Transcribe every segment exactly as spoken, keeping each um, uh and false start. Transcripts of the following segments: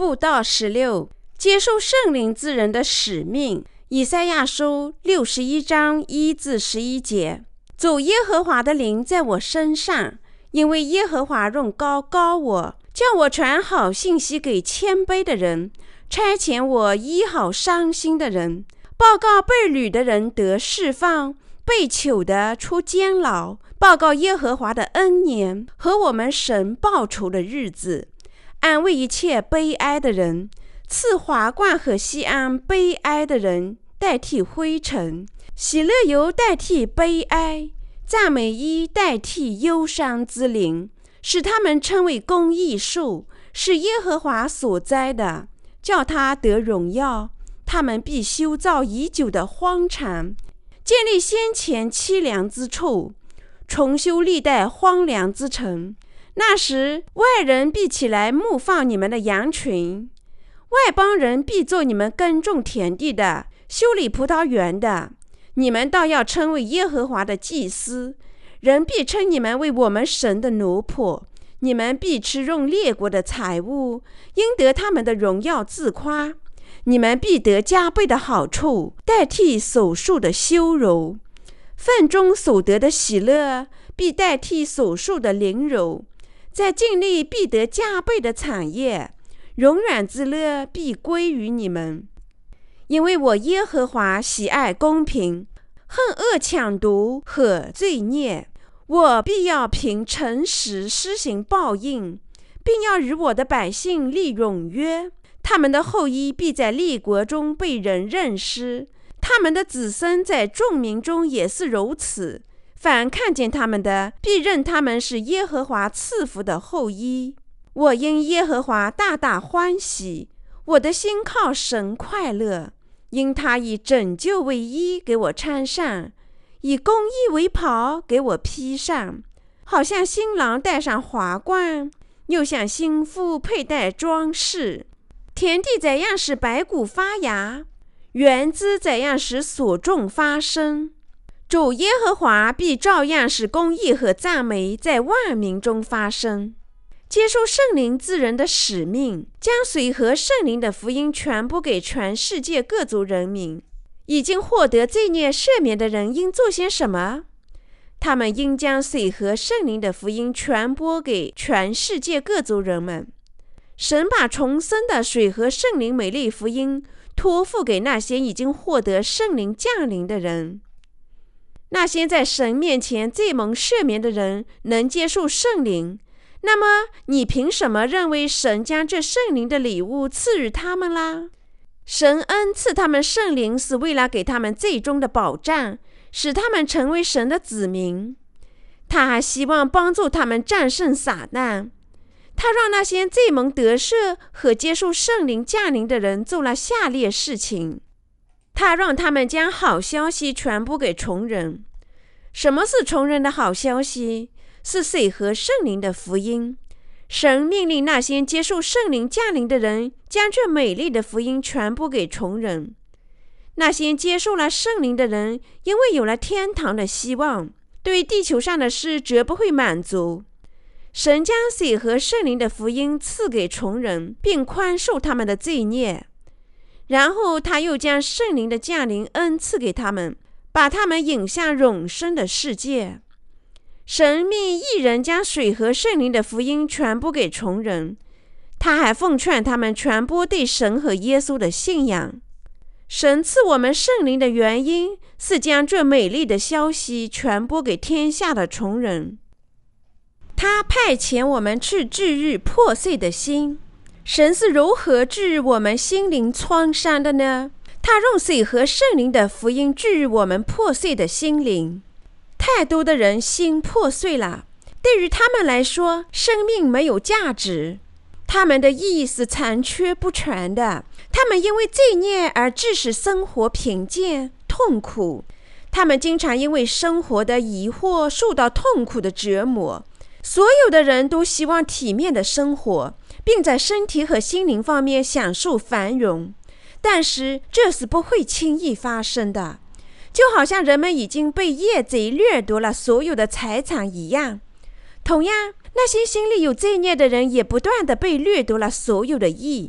布道十六，接受圣灵之人的使命。以赛亚书六十一章一至十一节，主耶和华的灵在我身上，因为耶和华用膏膏我，叫我传好信息给谦卑的人，差遣我医好伤心的人，报告被掳的人得释放，被囚的出监牢，报告耶和华的恩年和我们神报仇的日子，安慰一切悲哀的人，赐华冠和锡安悲哀的人代替灰尘，喜乐油代替悲哀，赞美衣代替忧伤之灵，使他们称为公义树，是耶和华所栽的，叫他得荣耀。他们必修造已久的荒场，建立先前凄凉之处，重修历代荒凉之城。那时外人必起来牧放你们的羊群，外邦人必做你们耕种田地的，修理葡萄园的。你们倒要称为耶和华的祭司，人必称你们为我们神的奴仆。你们必吃用列国的财物，应得他们的荣耀自夸。你们必得加倍的好处，代替手术的羞辱。粪中所得的喜乐，必代替手术的凌辱。在尽力必得加倍的产业，永远之乐必归于你们。因为我耶和华喜爱公平，恨恶抢夺和罪孽，我必要凭诚实施行报应，并要与我的百姓立永约。他们的后裔必在列国中被人认识，他们的子孙在众民中也是如此。凡看见他们的，必认他们是耶和华赐福的后裔。我因耶和华大大欢喜，我的心靠神快乐，因他以拯救为衣给我穿上，以公义为袍给我披上，好像新郎戴上华冠，又像新妇佩戴装饰。田地怎样使白骨发芽，园子怎样使所种发生，主耶和华必照样使公义和赞美在万民中发生。接受圣灵之人的使命，将水和圣灵的福音传播给全世界各族人民。已经获得罪孽赦免的人应做些什么？他们应将水和圣灵的福音传播给全世界各族人们。神把重生的水和圣灵美丽福音托付给那些已经获得圣灵降临的人。那些在神面前罪蒙赦免的人能接受圣灵，那么你凭什么认为神将这圣灵的礼物赐予他们啦？神恩赐他们圣灵是为了给他们最终的保障，使他们成为神的子民。他还希望帮助他们战胜撒旦。他让那些罪蒙得赦和接受圣灵降临的人做了下列事情。他让他们将好消息传播给穷人。什么是穷人的好消息？是水和圣灵的福音。神命令那些接受圣灵降临的人将这美丽的福音传播给穷人。那些接受了圣灵的人，因为有了天堂的希望，对地球上的事绝不会满足。神将水和圣灵的福音赐给穷人，并宽恕他们的罪孽。然后他又将圣灵的降临恩赐给他们，把他们引向永生的世界。神命义人将水和圣灵的福音传播给穷人，他还奉劝他们传播对神和耶稣的信仰。神赐我们圣灵的原因是将这美丽的消息传播给天下的穷人。他派遣我们去治愈破碎的心。神是如何治愈我们心灵创伤的呢？他用水和圣灵的福音治愈我们破碎的心灵。太多的人心破碎了，对于他们来说，生命没有价值，他们的意义是残缺不全的。他们因为罪孽而致使生活贫贱痛苦，他们经常因为生活的疑惑受到痛苦的折磨。所有的人都希望体面的生活，并在身体和心灵方面享受繁荣，但是这是不会轻易发生的，就好像人们已经被业贼掠夺了所有的财产一样。同样，那些心里有罪孽的人也不断地被掠夺了所有的义。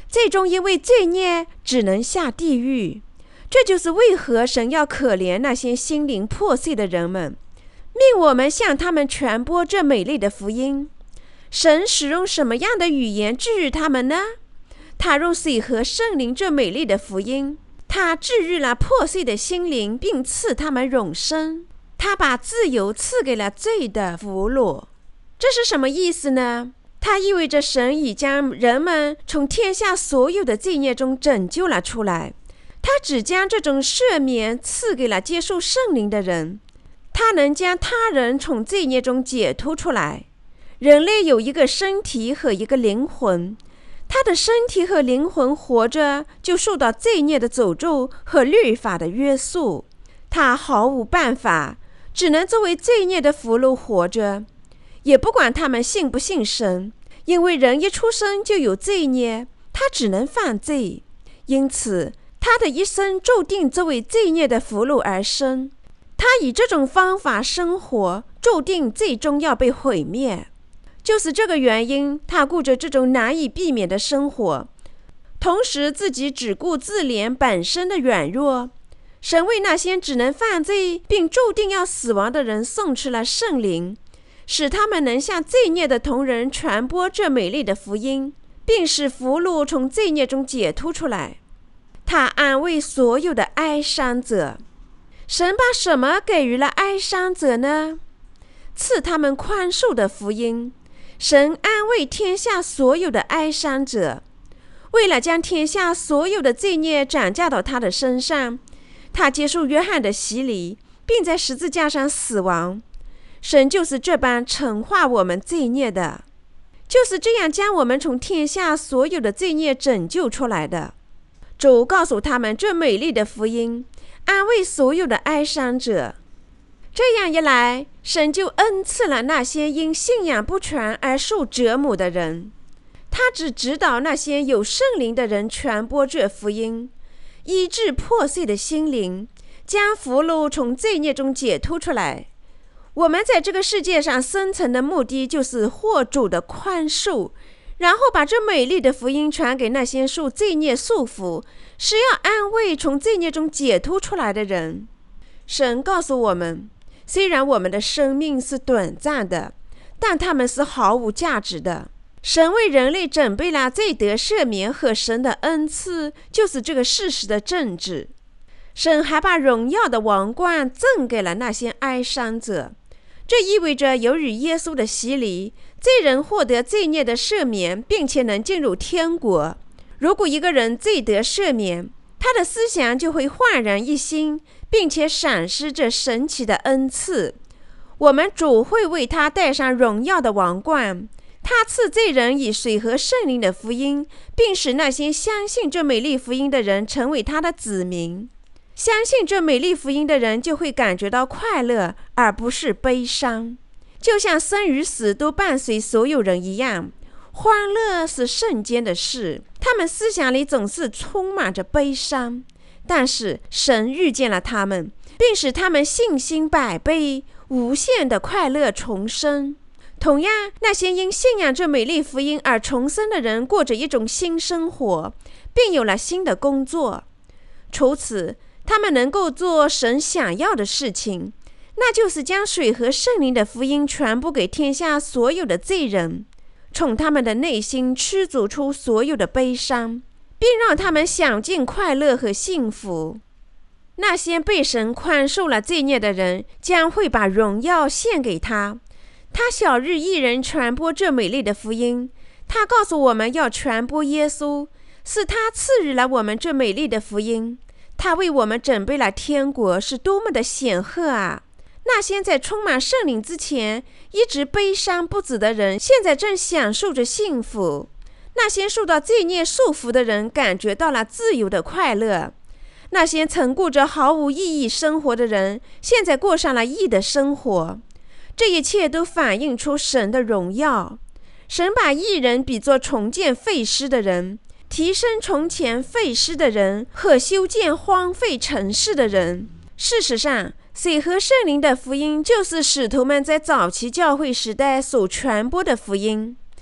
最终因为罪孽只能下地狱。这就是为何神要可怜那些心灵破碎的人们，命我们向他们传播这美丽的福音。神使用什么样的语言治愈他们呢？他用水和圣灵这美丽的福音，他治愈了破碎的心灵，并赐他们永生。他把自由赐给了罪的俘虏。这是什么意思呢？它意味着神已将人们从天下所有的罪孽中拯救了出来。他只将这种赦免赐给了接受圣灵的人。他能将他人从罪孽中解脱出来。人类有一个身体和一个灵魂，他的身体和灵魂活着就受到罪孽的诅咒和律法的约束，他毫无办法，只能作为罪孽的俘虏活着。也不管他们信不信神，因为人一出生就有罪孽，他只能犯罪，因此他的一生注定作为罪孽的俘虏而生。他以这种方法生活，注定最终要被毁灭。就是这个原因，他过着这种难以避免的生活，同时自己只顾自怜本身的软弱。神为那些只能犯罪并注定要死亡的人送去了圣灵，使他们能向罪孽的同人传播这美丽的福音，并使俘虏从罪孽中解脱出来。他安慰所有的哀伤者。神把什么给予了哀伤者呢？赐他们宽恕的福音。神安慰天下所有的哀伤者。为了将天下所有的罪孽转嫁到他的身上，他接受约翰的洗礼，并在十字架上死亡。神就是这般惩罚我们罪孽的，就是这样将我们从天下所有的罪孽拯救出来的。主告诉他们这美丽的福音，安慰所有的哀伤者。这样一来，神就恩赐了那些因信仰不全而受折磨的人。他只指导那些有圣灵的人传播这福音，医治破碎的心灵，将俘虏从罪孽中解脱出来。我们在这个世界上生存的目的就是获主的宽恕，然后把这美丽的福音传给那些受罪孽束缚，是要安慰从罪孽中解脱出来的人。神告诉我们，虽然我们的生命是短暂的，但它们是毫无价值的。神为人类准备了罪得赦免和神的恩赐，就是这个事实的证据。神还把荣耀的王冠赠给了那些哀伤者。这意味着由于耶稣的洗礼，罪人获得罪孽的赦免，并且能进入天国。如果一个人罪得赦免，他的思想就会焕然一新，并且闪失这神奇的恩赐。我们主会为他戴上荣耀的王冠。他赐罪人以水和圣灵的福音，并使那些相信这美丽福音的人成为他的子民。相信这美丽福音的人就会感觉到快乐，而不是悲伤。就像生与死都伴随所有人一样，欢乐是瞬间的事，他们思想里总是充满着悲伤。但是神遇见了他们，并使他们信心百倍，无限的快乐重生。同样，那些因信仰这美丽福音而重生的人过着一种新生活，并有了新的工作。除此，他们能够做神想要的事情，那就是将水和圣灵的福音传播给天下所有的罪人，从他们的内心驱逐出所有的悲伤，并让他们享尽快乐和幸福。那些被神宽恕了罪孽的人，将会把荣耀献给他。他晓日一人传播这美丽的福音。他告诉我们要传播耶稣，是他赐予了我们这美丽的福音。他为我们准备了天国，是多么的显赫啊！那些在充满圣灵之前一直悲伤不止的人，现在正享受着幸福。那些受到罪孽束缚的人感觉到了自由的快乐。那些曾过着毫无意义生活的人，现在过上了义的生活。这一切都反映出神的荣耀。神把义人比作重建废墟的人，提升从前废墟的人和修建荒废城市的人。事实上，水和圣灵的福音就是使徒们在早期教会时代所传播的福音。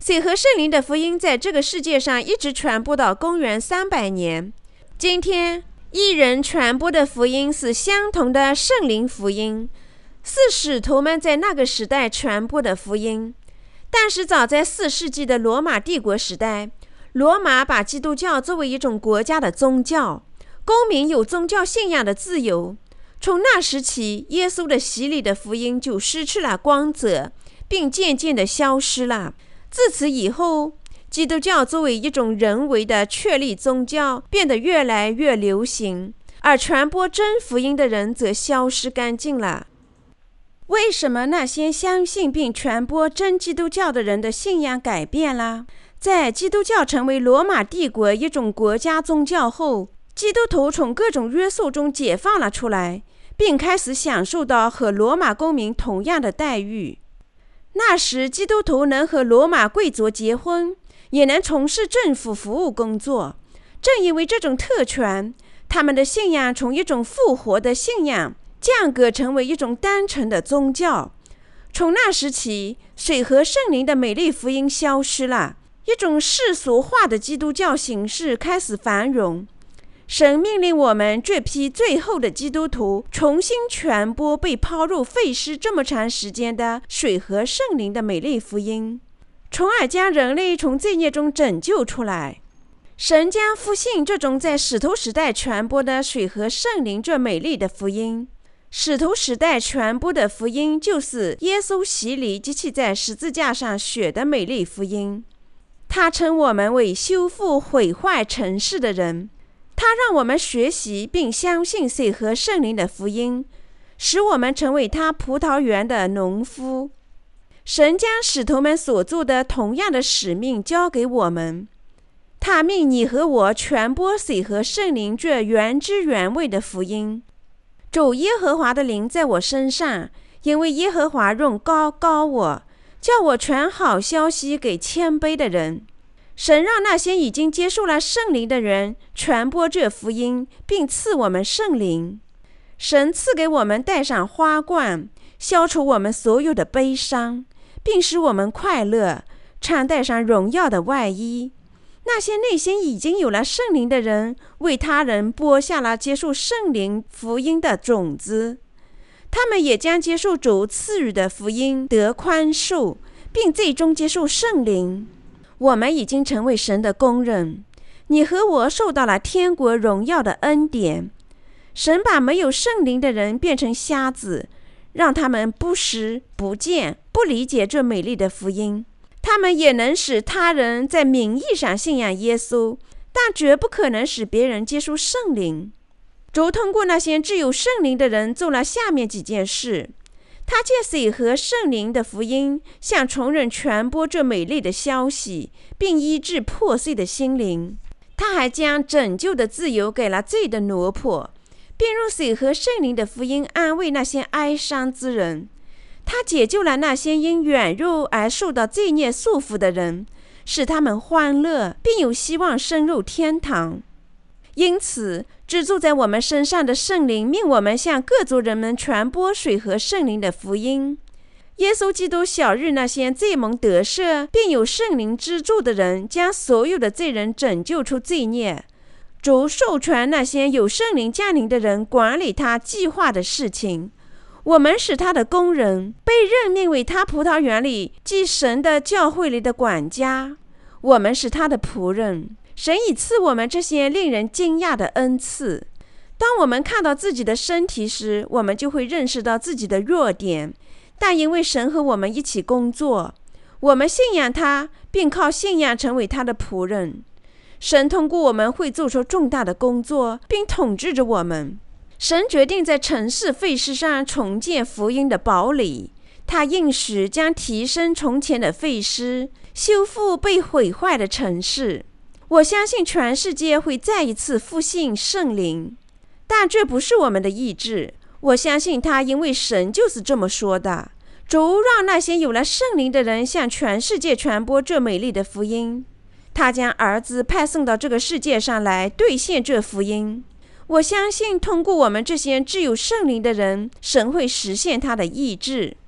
水和圣灵的福音在这个世界上一直传播到公元三百年。今天一人传播的福音是相同的圣灵福音，是使徒们在那个时代传播的福音。但是早在四世纪的罗马帝国时代，罗马把基督教作为一种国家的宗教，公民有宗教信仰的自由。从那时起，耶稣的洗礼的福音就失去了光泽，并渐渐地消失了。自此以后，基督教作为一种人为的确立宗教变得越来越流行，而传播真福音的人则消失干净了。为什么那些相信并传播真基督教的人的信仰改变了？在基督教成为罗马帝国一种国家宗教后，基督徒从各种约束中解放了出来，并开始享受到和罗马公民同样的待遇。那时，基督徒能和罗马贵族结婚，也能从事政府服务工作。正因为这种特权，他们的信仰从一种复活的信仰降格成为一种单纯的宗教。从那时起，水和圣灵的美丽福音消失了，一种世俗化的基督教形式开始繁荣。神命令我们这批最后的基督徒重新传播被抛入废墟这么长时间的水和圣灵的美丽福音，从而将人类从罪孽中拯救出来。神将复兴这种在使徒时代传播的水和圣灵这美丽的福音。使徒时代传播的福音就是耶稣洗礼及其在十字架上血的美丽福音。他称我们为修复毁坏城市的人。他让我们学习并相信水和圣灵的福音，使我们成为他葡萄园的农夫。神将使徒们所做的同样的使命交给我们。他命你和我传播水和圣灵这原汁原味的福音。主耶和华的灵在我身上，因为耶和华用膏膏我，叫我传好消息给谦卑的人。神让那些已经接受了圣灵的人传播这福音，并赐我们圣灵。神赐给我们戴上花冠，消除我们所有的悲伤，并使我们快乐，穿戴上荣耀的外衣。那些内心已经有了圣灵的人，为他人播下了接受圣灵福音的种子。他们也将接受主赐予的福音，得宽恕，并最终接受圣灵。我们已经成为神的工人，你和我受到了天国荣耀的恩典。神把没有圣灵的人变成瞎子，让他们不识、不见、不理解这美丽的福音。他们也能使他人在名义上信仰耶稣，但绝不可能使别人接受圣灵。主通过那些只有圣灵的人做了下面几件事。他借水和圣灵的福音向穷人传播这美丽的消息，并医治破碎的心灵。他还将拯救的自由给了罪的奴仆，并用水和圣灵的福音安慰那些哀伤之人。他解救了那些因软弱而受到罪孽束缚的人，使他们欢乐，并有希望升入天堂。因此，居住在我们身上的圣灵命我们向各族人们传播水和圣灵的福音。耶稣基督晓日那些罪蒙得赦并有圣灵资助的人，将所有的罪人拯救出罪孽。主授权那些有圣灵降临的人管理他计划的事情。我们是他的工人，被任命为他葡萄园里即神的教会里的管家。我们是他的仆人。神已赐我们这些令人惊讶的恩赐。当我们看到自己的身体时，我们就会认识到自己的弱点，但因为神和我们一起工作，我们信仰他，并靠信仰成为他的仆人。神通过我们会做出重大的工作，并统治着我们。神决定在城市废墟上重建福音的堡垒。他应许将提升从前的废墟，修复被毁坏的城市。我相信全世界会再一次复兴圣灵，但这不是我们的意志。我相信他，因为神就是这么说的。主让那些有了圣灵的人向全世界传播这美丽的福音。他将儿子派送到这个世界上来兑现这福音。我相信通过我们这些具有圣灵的人，神会实现他的意志。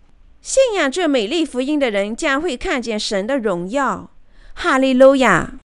信仰这美丽福音的人将会看见神的荣耀。哈利路亚！